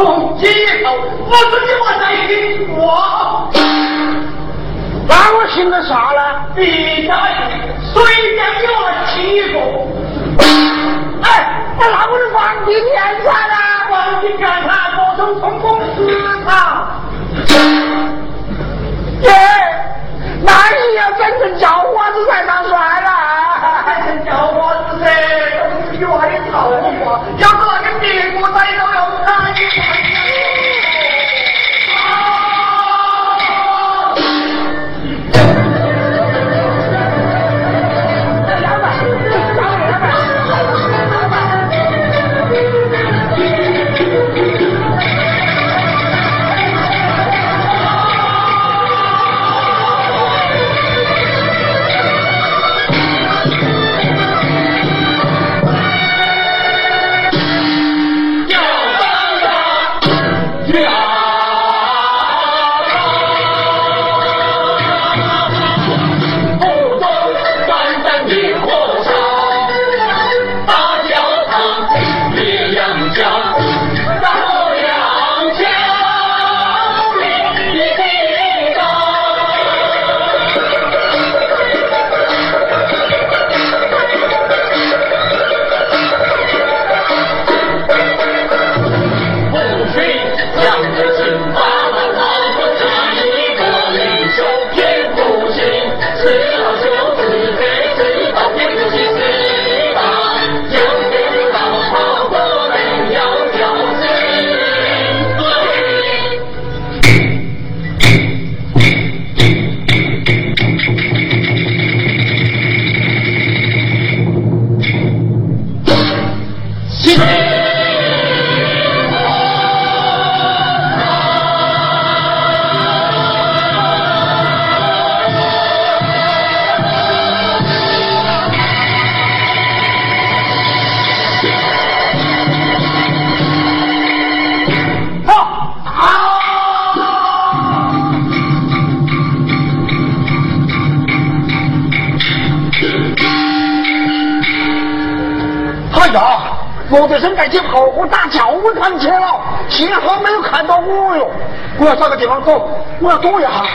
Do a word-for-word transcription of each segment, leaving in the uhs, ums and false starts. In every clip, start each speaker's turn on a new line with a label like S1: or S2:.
S1: 从今以后不准你我在一起过。
S2: 那我信的啥了？
S1: 你家谁将你我欺负？
S2: 哎，那我的皇帝天才了，
S1: 皇帝天才，我从成功死他。
S2: 耶，那你要真成叫花子才当帅了。
S1: 真成叫花子噻，都是有的套话，要是那个别国仔都要打你
S2: 罗德生在街跑，我打脚我看见了，幸好没有看到我哟。我要找个地方走，我要躲一下。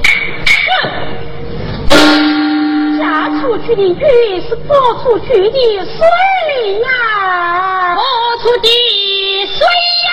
S3: 嫁出去的鱼是泼出去的水呀，泼出的水呀。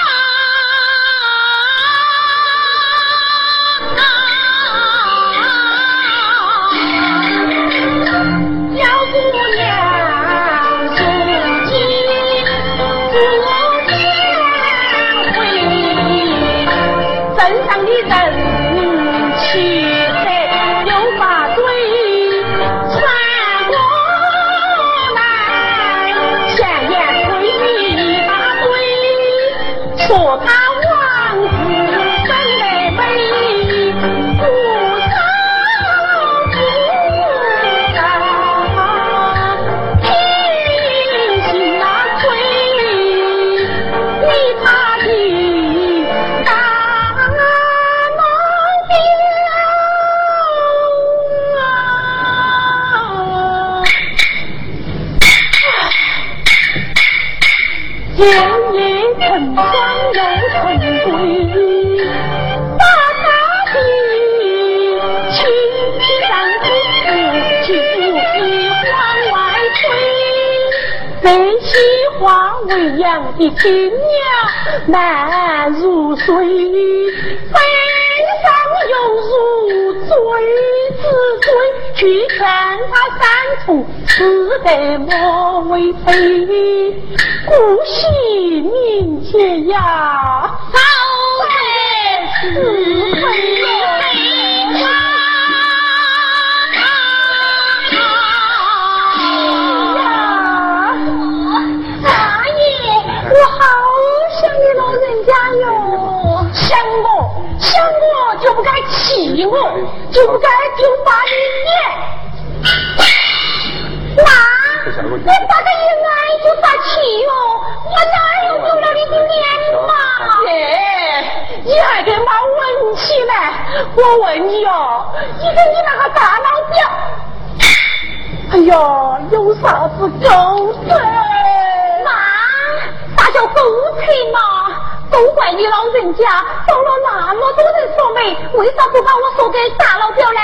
S3: 天也成双又成对，大大的青皮上子就一往外吹，被西花喂养的金鸟难入水，背上又如锥子锥，去劝他三处只得莫为非，故惜名节呀，早得是非呀。大爷，我好想你老人家哟，想我想我就不该气我，就不该丢把你脸。妈，你把个一来就发气哟，我哪有丢了你的脸嘛？耶，你还给妈问起来？我问你哦，你跟你那个大老表，哎呦，有啥子狗腿？妈，啥叫狗腿嘛？狗都怪你老人家找了那么多人说媒，为啥不把我说给大老表呢？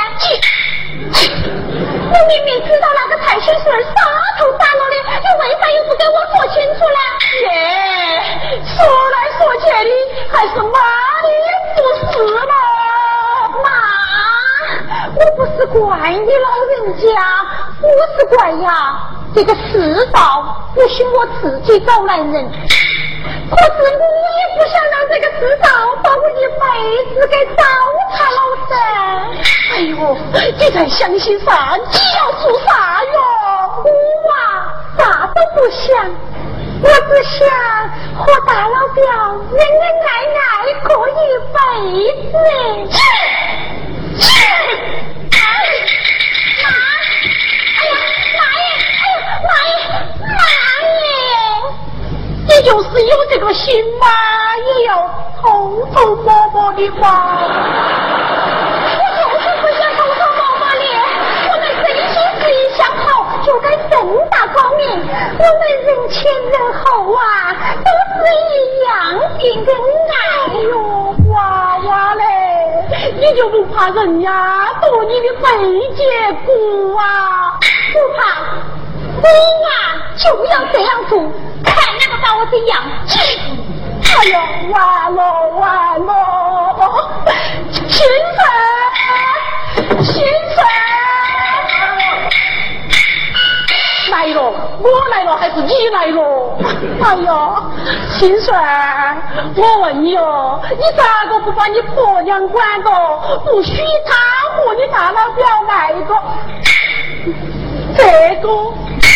S3: 我明明知道那个太虚是杀头打了的，你为啥又不给我说清楚呢？耶，说来说去的还是妈的不是了。妈，我不是怪你老人家，我是怪呀这个世道不许我自己找男人。可是我也不想让这个世道把我一辈子给糟蹋了噻。哎呦，你在想些啥？你要做啥哟？我啊，啥都不想，我只想和大老表恩恩爱爱过一辈子。妈，哎呀，妈耶，哎呀，妈耶，妈耶！你就是有这个心嘛，也要偷偷摸摸的嘛。我就是不想偷偷摸摸的，我们真心实意相好，就该正大光明。我们人前人后啊，都是一样的恩爱哟，娃娃嘞，你就不怕人家夺你的肺结骨啊？不怕。我啊就要这样做，看哪个把我怎样！哎呀，完了完了！先生，先生，来了，我来了还是你来了？哎呀，先生，我问你哦，你咋个不把你婆娘管着，不许她和你大老表来个这个？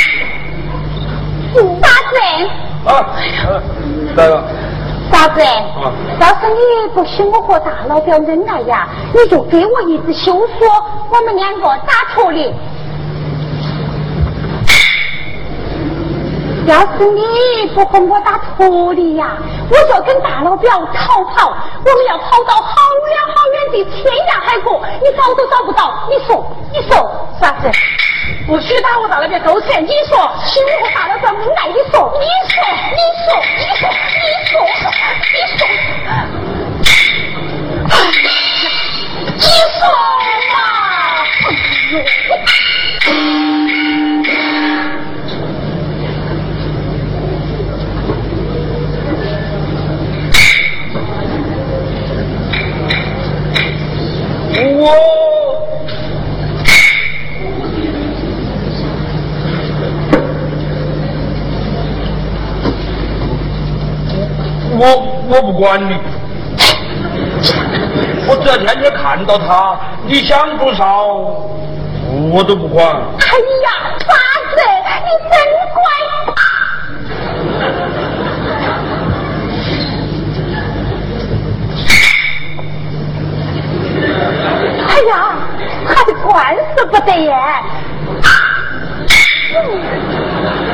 S3: 傻子
S2: 啊，来了。
S3: 傻子，啊，要是你不许我和大老表恩爱呀，你就给我一纸休说，我们两个打脱离。要是你不和我打脱离呀，我就跟大老表逃跑，我们要跑到好远好远的天涯海角，你找都找不到。你说，你说，傻子。不许打我大老表勾钱，你说，许我大老表恩爱，你说，你说，你说，你说，你说，你说，哎呀，你说嘛！
S2: 哎呦，我。我我不管你，我只要天天看到他，你想多少我都不管。
S3: 哎呀，傻子，你真乖！哎呀，还惯死不得耶！嗯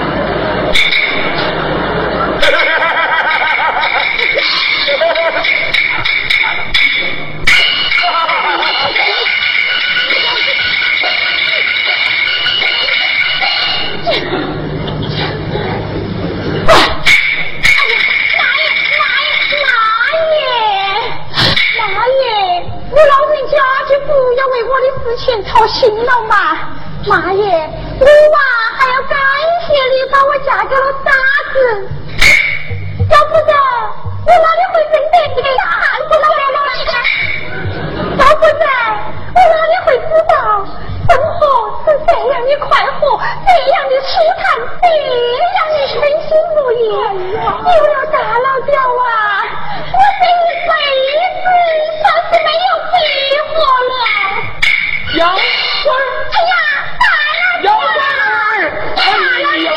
S3: 事情操心了嘛，妈耶！我啊还要感谢你把我嫁给了傻子，要不然我哪里会真的这个汉子老了了？要不然我哪里会知道生活是这样的快活，这样的舒坦，这样的顺心如意？有了大老表啊，我这一辈子算是没有逼迫了。
S2: 杨官儿，
S3: 哎呀，大
S2: 杨官儿，哎呀！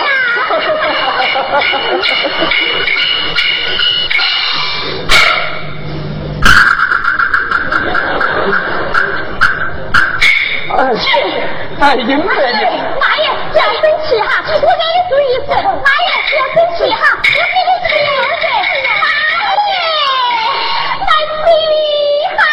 S2: 哎，赢了你！
S3: 妈耶，不要生气哈，我给你注意一次。妈耶，不要生气哈，我给你注意一次。妈耶，来比哈！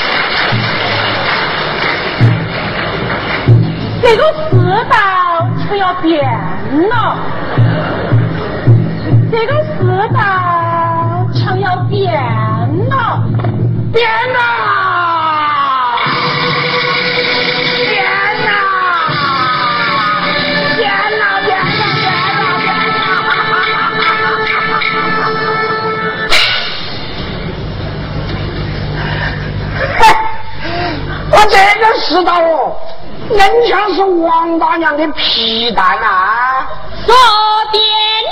S3: 这个世道要变了，这个世道常要变了，
S2: 变了，变了，变了，变了，变了！我这个世道哦，人像是王大娘的皮蛋啊！
S3: 说变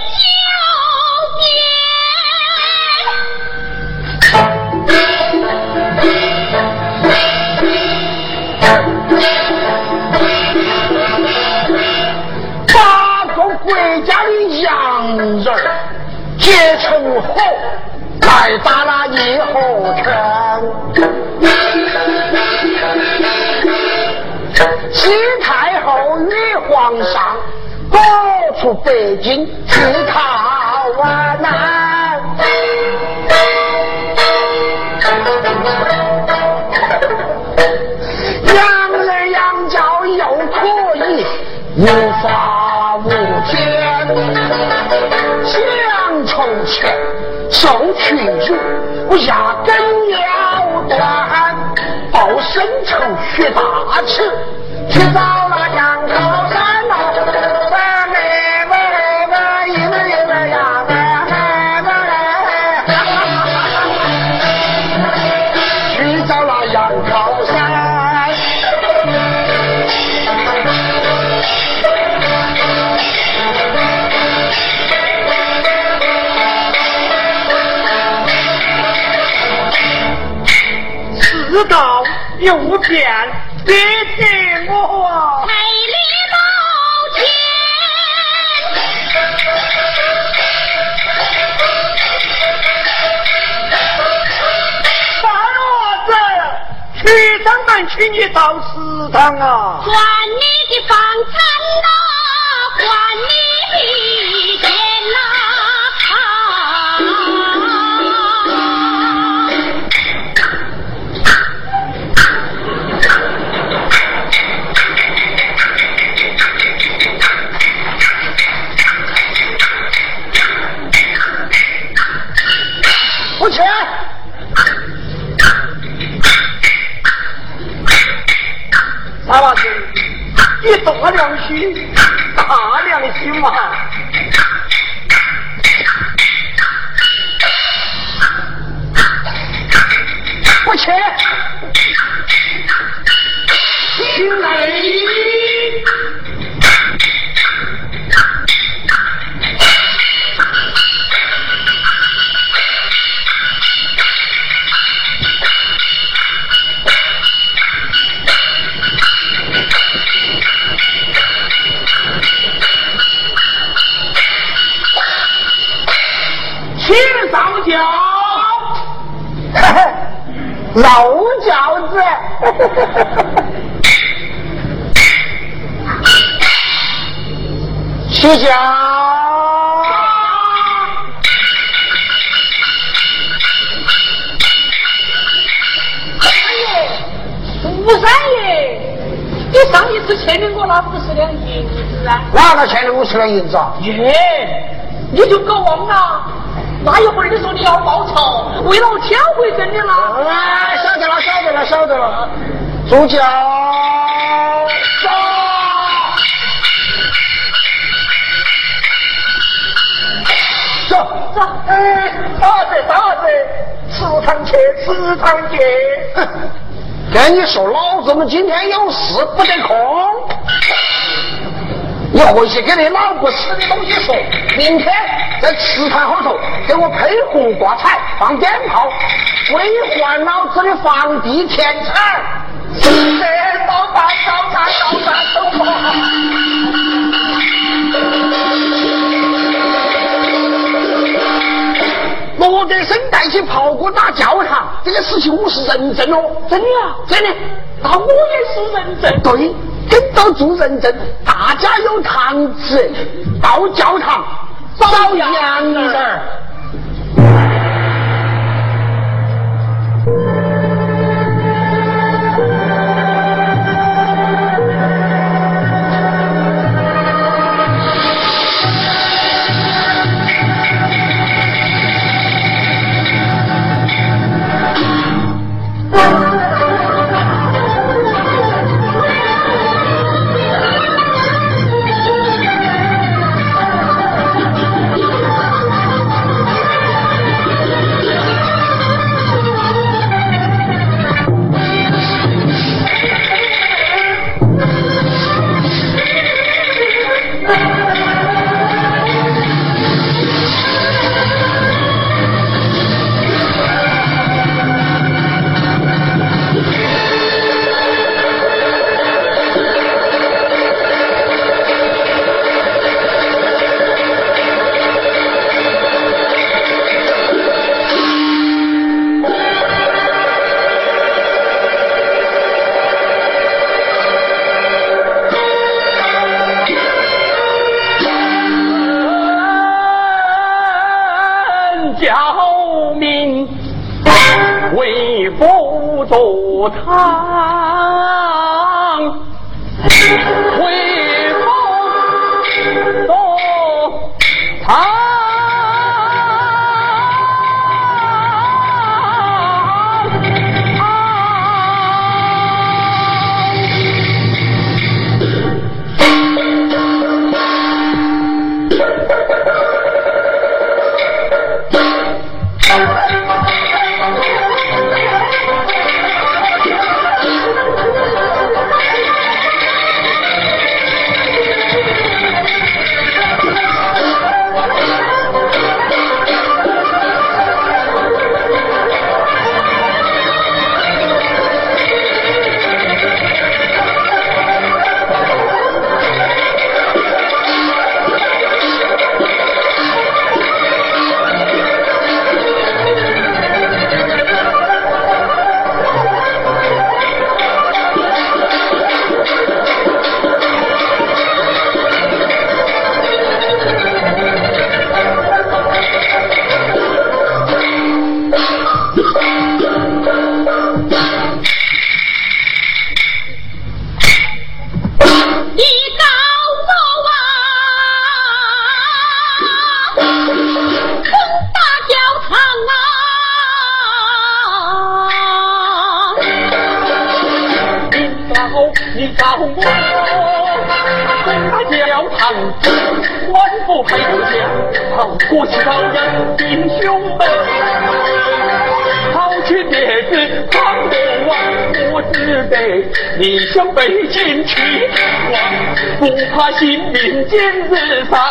S2: 就变，八个国家的洋人结成后，来打了义和拳。西太后与皇上躲出北京去逃难，洋人洋教又可以无法无天，想筹钱受屈辱，我压根要断，报深仇雪大耻，去找那杨高山呐，三妹妹妹一妹一妹呀妹妹妹，去找那杨高山。世道又变，别给我
S3: 美丽楼前，
S2: 大儿子，去上门请你到祠堂啊！
S3: 还你的房产呐，还你的钱呐！
S2: 不去，傻娃子，你大良心，大良心嘛！不去，心累。请上轿，老饺子，起轿。
S3: 吴三爷，你上一次欠了我那五十两银子啊？
S2: 哪个欠了五十两银子啊？
S3: 耶，你就搞忘了？那一会儿你说你要报仇，为了我抢回真的了。
S2: 哎，晓得了，晓得了，晓得了。主教，走。走走，哎，大子大子，祠堂去，祠堂去。哼，跟你说，老子们今天有事不得空。你回去给你老不死的东西说，明天在祠堂后头给我配红挂彩，放鞭炮，为还老子的房地添彩。是的，老大老大老大走吧。罗德生带起炮鼓打教堂，这个事情我是认真哦，真的啊，真的。
S3: 那我也是认真。
S2: 对，跟到做认真，大家有堂子，到教堂找洋人。 坐堂，回风坐堂。过去朝阳英雄们，好去别子抗国王，我只得逆向北京去望，不怕性命见日丧。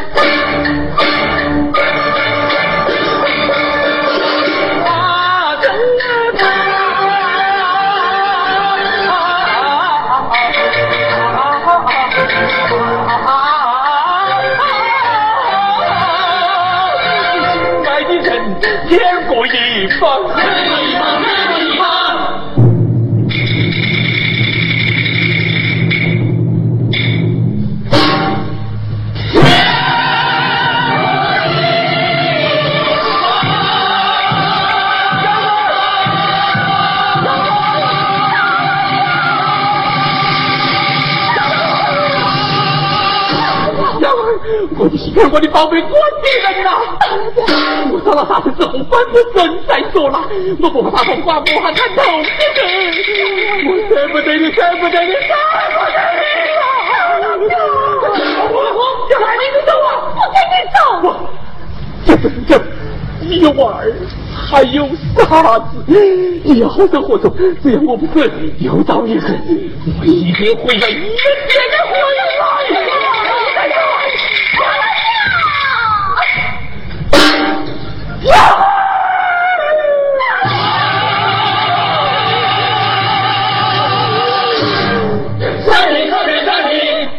S2: 天国一方，天国一方，天国一方。我的心，我的宝贝，我的人呐！我到了大城之后，反正人再说了，我不怕痛瓜，不怕惨痛，我舍不得你，舍不得你，舍不得你啊！我小孩，你走啊！我跟你走。我这这这，你有儿，还有啥子？你要好生活着，只要我不死，有朝一日我一定会让你们接着回来。呀！三零二零三零。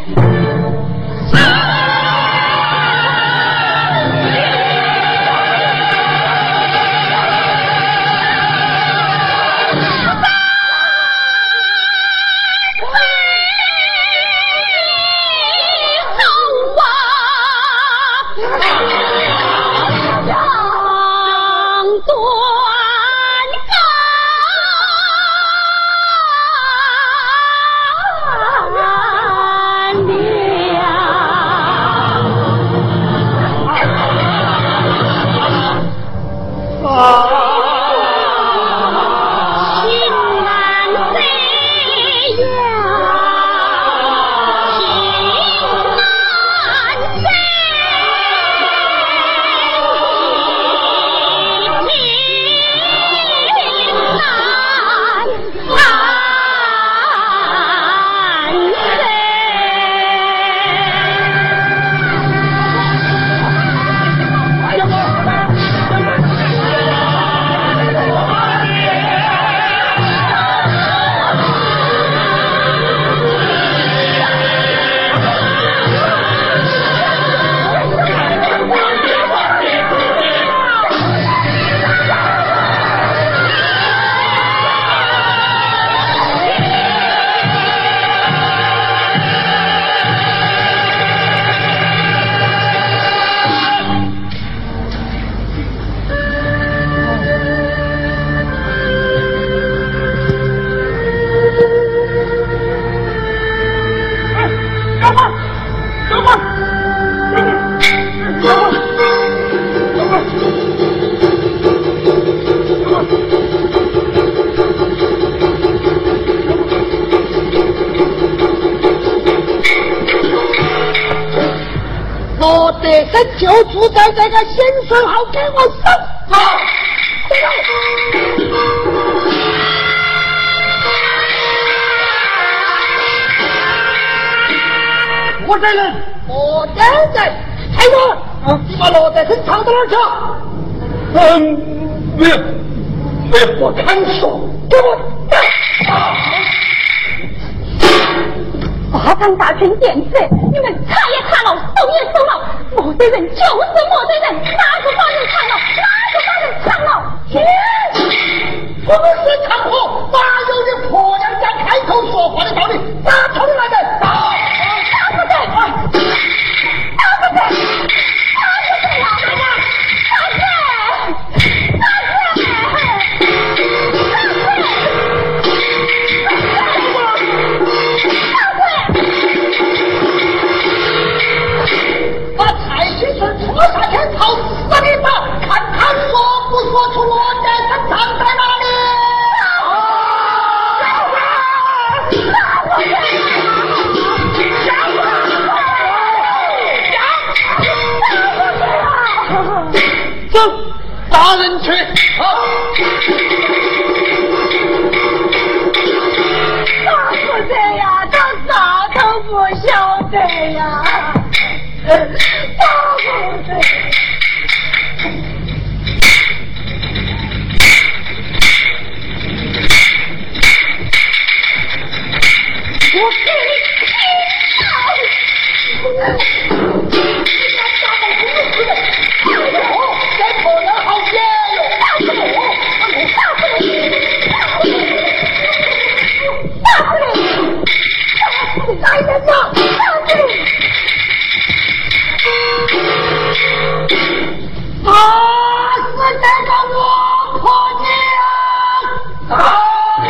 S2: 罗德生就住在这个先生号，给我上。好，走。我这人，我这人，开门！嗯，你把罗德生藏到哪儿去？嗯，没有，没有，我看说，给我带。
S3: 八方大权点子，你们查也查了，搜也搜了，莫得人就是莫得人，哪个把人藏了，哪个把人藏了？
S2: 去！我们是强迫，哪有你婆娘家开口说话的道理？打出来的，打！
S3: 打不得，打不得，打不得，老大妈，打不得，打不得。
S2: 把蔡先生戳下天朝死里打，看他说不说出罗德生藏在哪里？走，大人去。好。
S3: 咋不得呀？他啥都不晓得呀！咋不得？我给你
S2: 这婆娘好野哟！
S3: 大不得，大不得，大不得，大不得，来人呐！大不得！
S2: 啊，是这个罗婆娘！啊！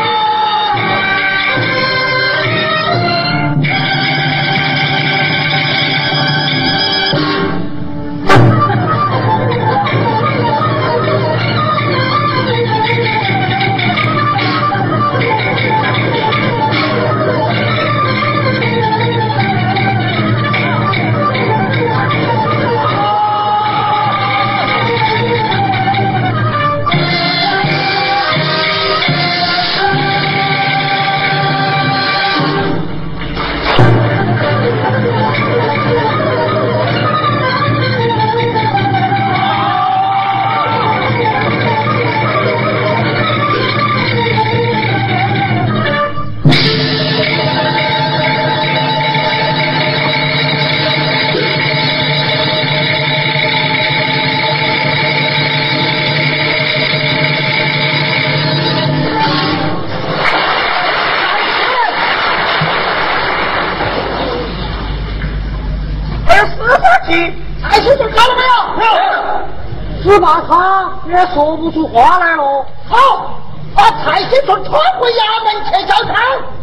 S2: 蔡先生看了没有？只怕他也说不出话来了。好，把蔡先生传回衙门去交差。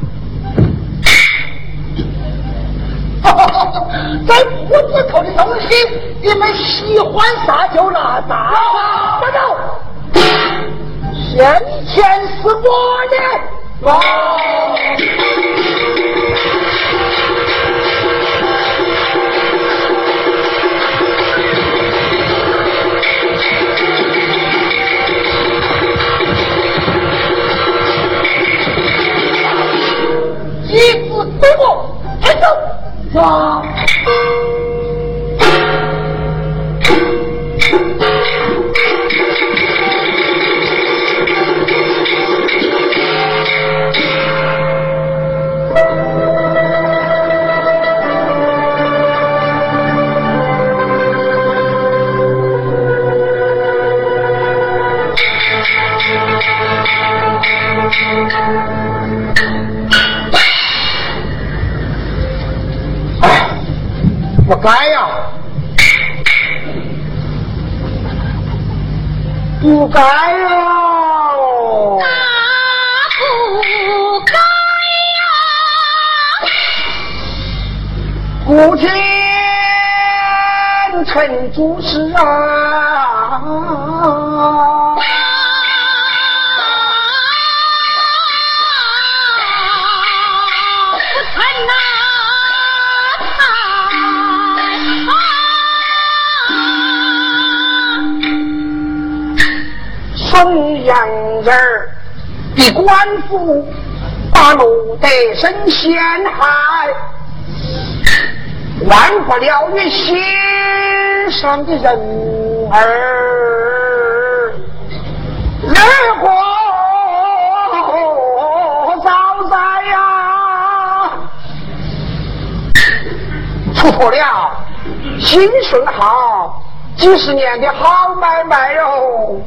S2: 在屋子头的东西，你们喜欢啥就拿啥。等等，先前是我的。哦。一字对我，开手。哇！不该呀，不该呀，
S3: 那不该呀！
S2: 顾天成主事啊！
S3: 不成啊！
S2: 人儿的官府，把路得身陷害，忘不了你心上的人儿，日火早在呀，出错了，兴顺好，几十年的好买卖哟。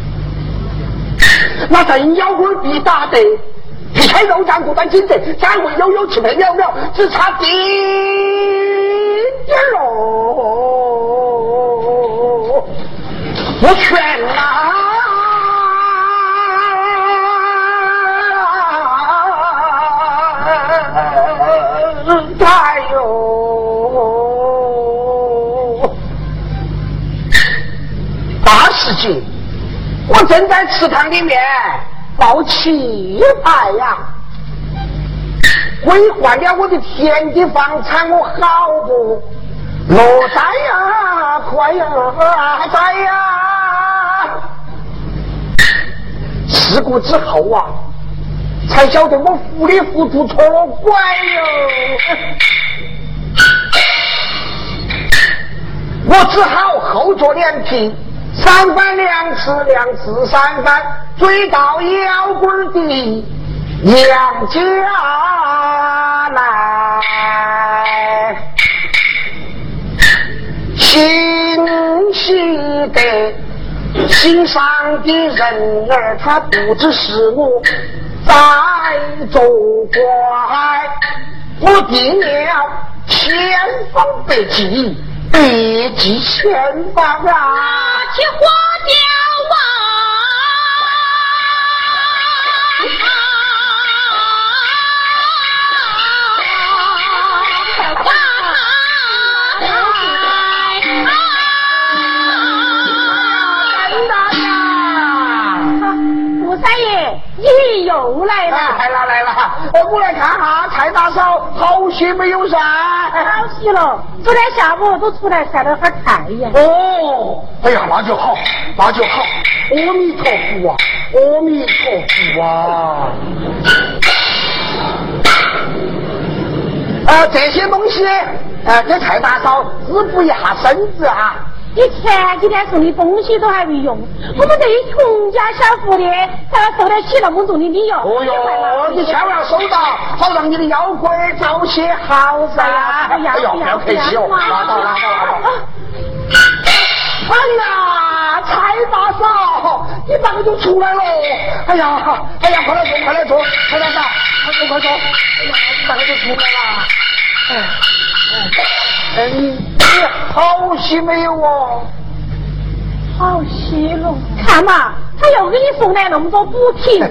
S2: 那真妖棍必打得，皮开肉绽不但紧得，三味悠悠，气配渺渺，只差滴点喽。我劝啊！哎呦，大世界！我正在祠堂里面抱气派呀，归还了我的田地房产，我好不落在呀，快呀，在呀！事故之后啊，才晓得我糊里糊涂错怪哟，我只好厚着脸皮。三番两次，两次三番，追到妖棍的娘家来，欣喜的心上的人儿，他不知是我在作怪，我定了千方百计，别计千方啊！
S3: 去花雕啊！吴三爷，你又来了！
S2: 来了来了，我来看哈，蔡大嫂好些没有噻？
S3: 好些了，昨天下午都出来晒了会儿太阳。
S2: 哦，哎呀，那就好，那就好。阿弥陀佛啊，阿弥陀佛啊！呃，这些东西，呃，给蔡大嫂滋补一下身子啊。
S3: 你前几天送的东西都还没用，我们这些穷家小户的，才受得起那么重的礼哟。
S2: 哦哟，你千万要收到，好让你的腰龟早些好噻。哎呀，不要客气哦，拉倒拉倒拉倒。哎呀，蔡大嫂，你咋个就出来了？哎呀，哎呀，快来坐，快来坐，蔡大嫂，快坐快坐。哎呀，你咋个就出来了？哎，哎，你你好些没有哦？
S3: 好些了，看嘛，他又给你送来那么多补品。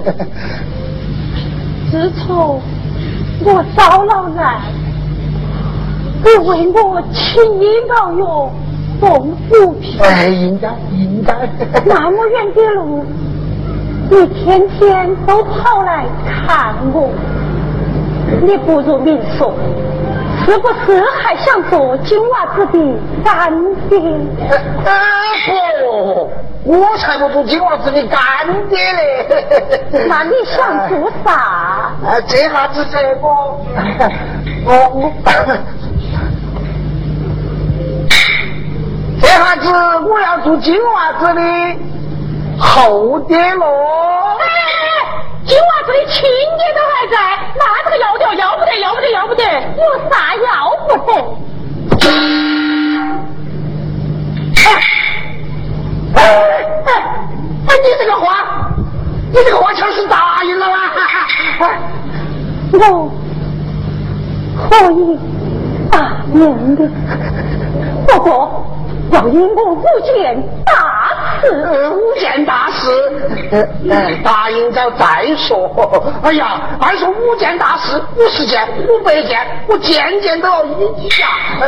S3: 自从我遭了难，你为我请医疗药送补品。
S2: 哎，应该应该。
S3: 那么远的路，你天天都跑来看我，你不如明说，是不是还想做金娃子的干爹？
S2: 哎不，我才不做金娃子的干爹嘞。
S3: 那你想做啥？
S2: 啊，这下子这个，我我，这下子我要做金娃子的后爹喽。
S3: 金娃子的亲爹都还在，那这个要得要不得要不得要不得，有啥要不得？
S2: 哎哎哎！你这个话，你这个话像是答应了啊！
S3: 我可以答应的，不过要因我无件大事。
S2: 呃，无件大事，呃呃，答应着再说。哎呀，按说五件大事，五十件、五百件，我件件都要依下。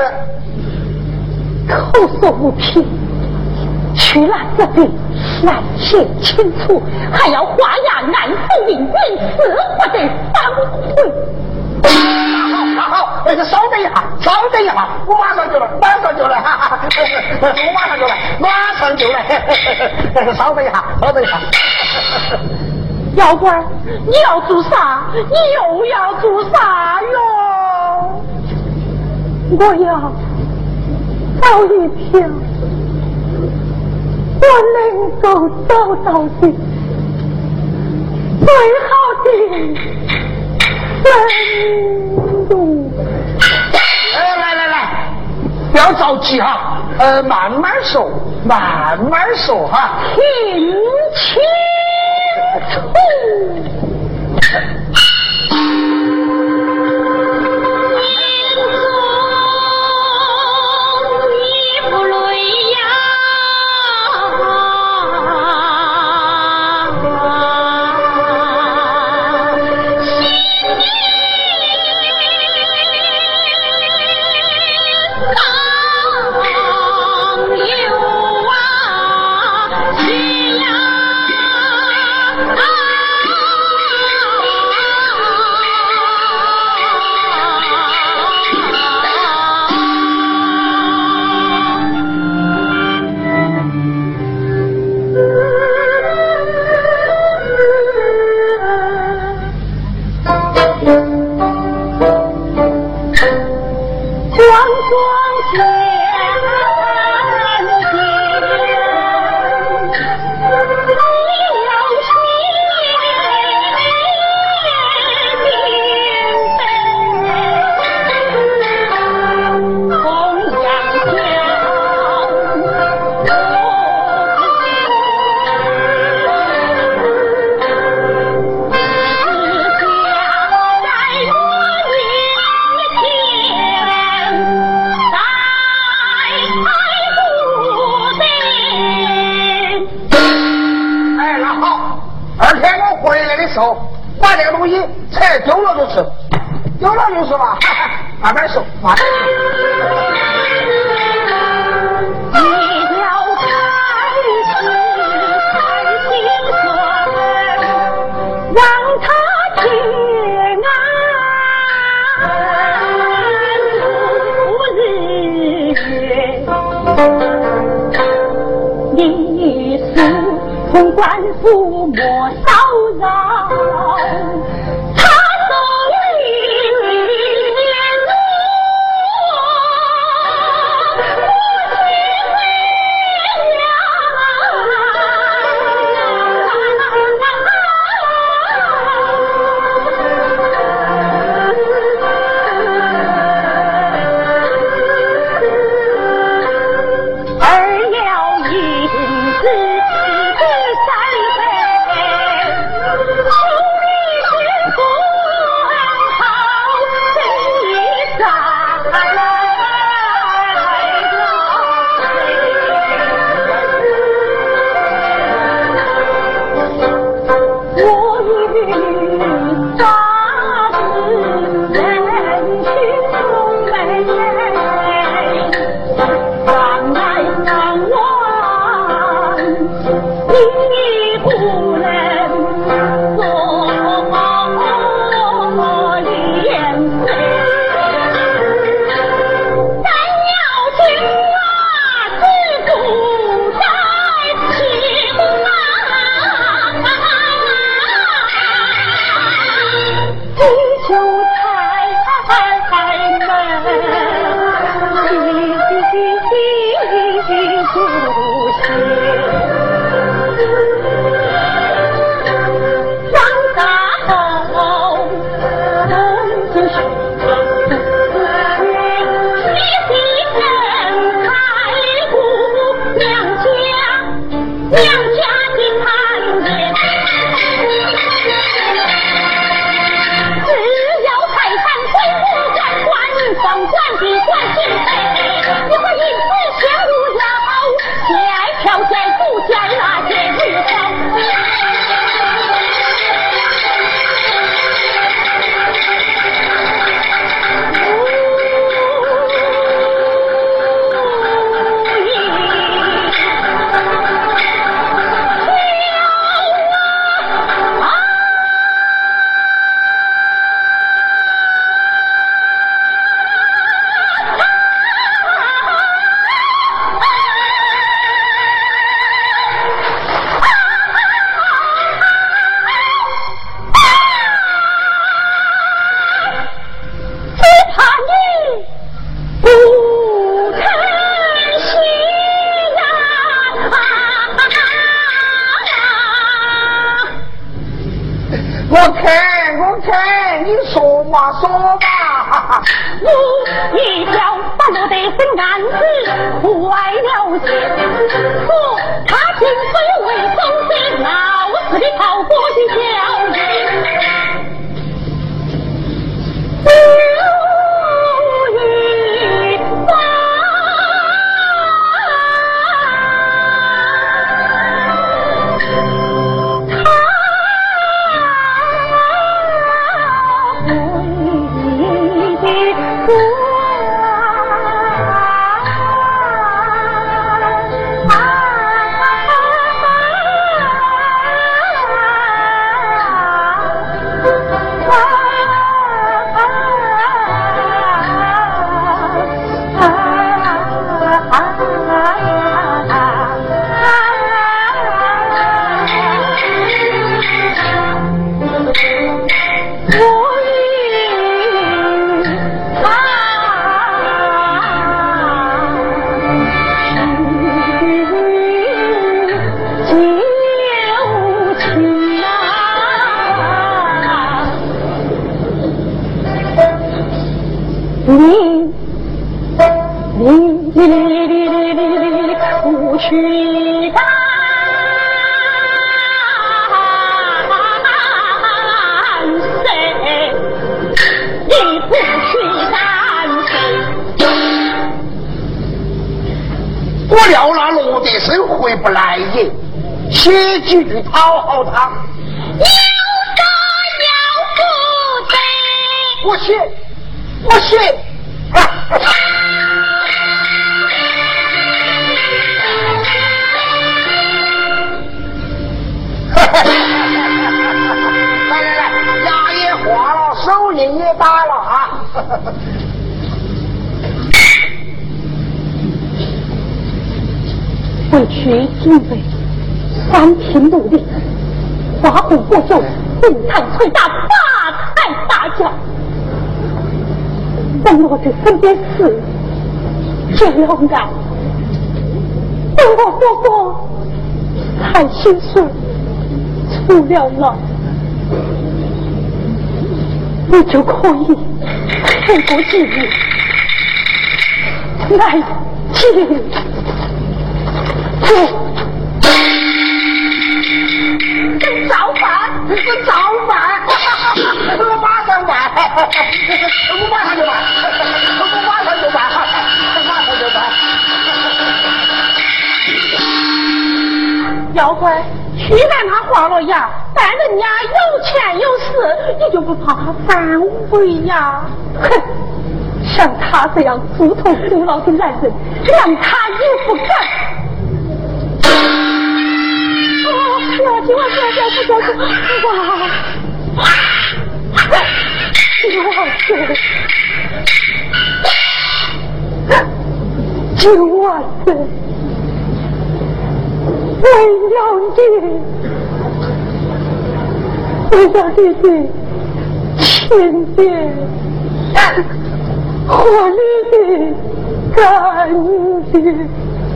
S3: 呃，口说无凭，去拿这笔来写清楚，还要画押南府领官，死活得反悔。
S2: 好，好，那个稍等一下，稍等一下，我马上就来，马上就来，哈哈，我马上就来，马上就来，稍等一下，稍等一下。
S3: 妖怪，你要做啥？你又要做啥哟？我要找一条我能够找到的最好的生路。
S2: 哎，来来来，不要着急哈，呃，慢慢说，慢慢说哈，
S3: 听清楚。
S2: 把这个东西菜丢了就是，丢了就是吧，慢慢说，慢慢说。
S3: 你要开始开心说，让他听啊，不日月，你是从官府莫骚扰。
S2: 哎你说嘛说嘛。
S3: 我一条把我的心安置坏了心，说他心虽为忠心，老死的逃过的小人。
S2: 不料那罗德生回不来也，写几句讨好他。
S3: 有个了不得，
S2: 我写，我写。啊来来来，牙也花了，手印也打了啊！
S3: 为取经费，三品努力，华虎过寿，定产催大，发财大家。当我的身边事这样干，当我哥哥才心碎，出了牢，你就可以透过记忆来记我跟早饭，
S2: 是早饭，我马上办，我马上就办，我马上就办，马上就办。
S3: 要会虽然他花了牙，但人家有钱有势，你就不怕他反悔呀？哼！像他这样猪头虎脑的男人，让他也不干。哦，不要紧，我不要紧，不要紧，哇！九万岁！九万岁！为了你，为了你的亲爹和你的干爹，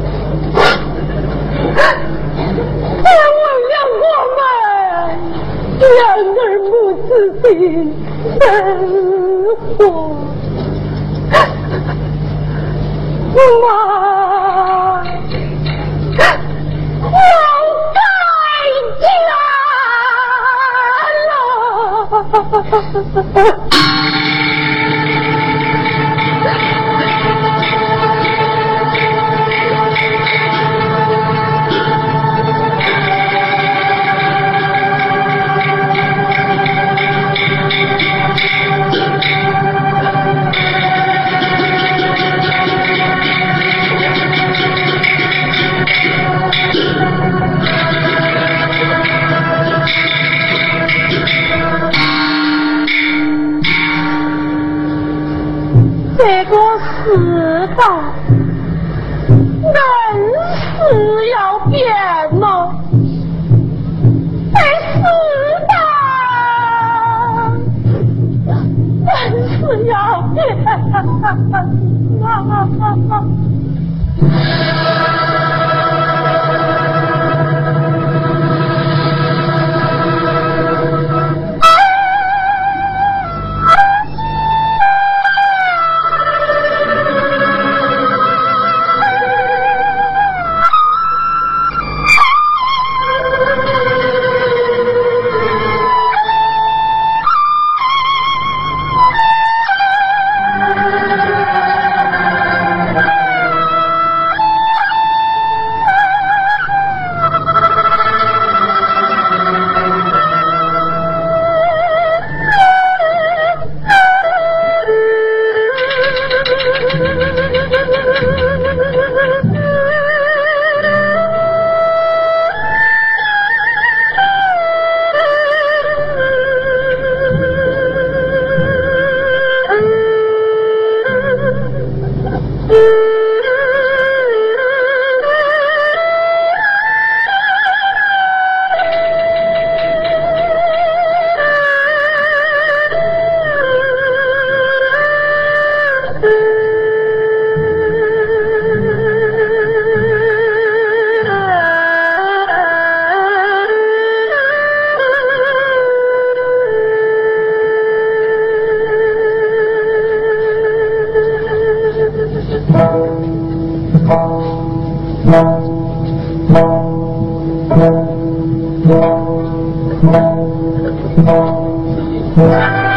S3: 也为了我们两儿母子的生活，妈。要改嫁了。这个时代人是要变了，这时代人是要变了。
S1: 啊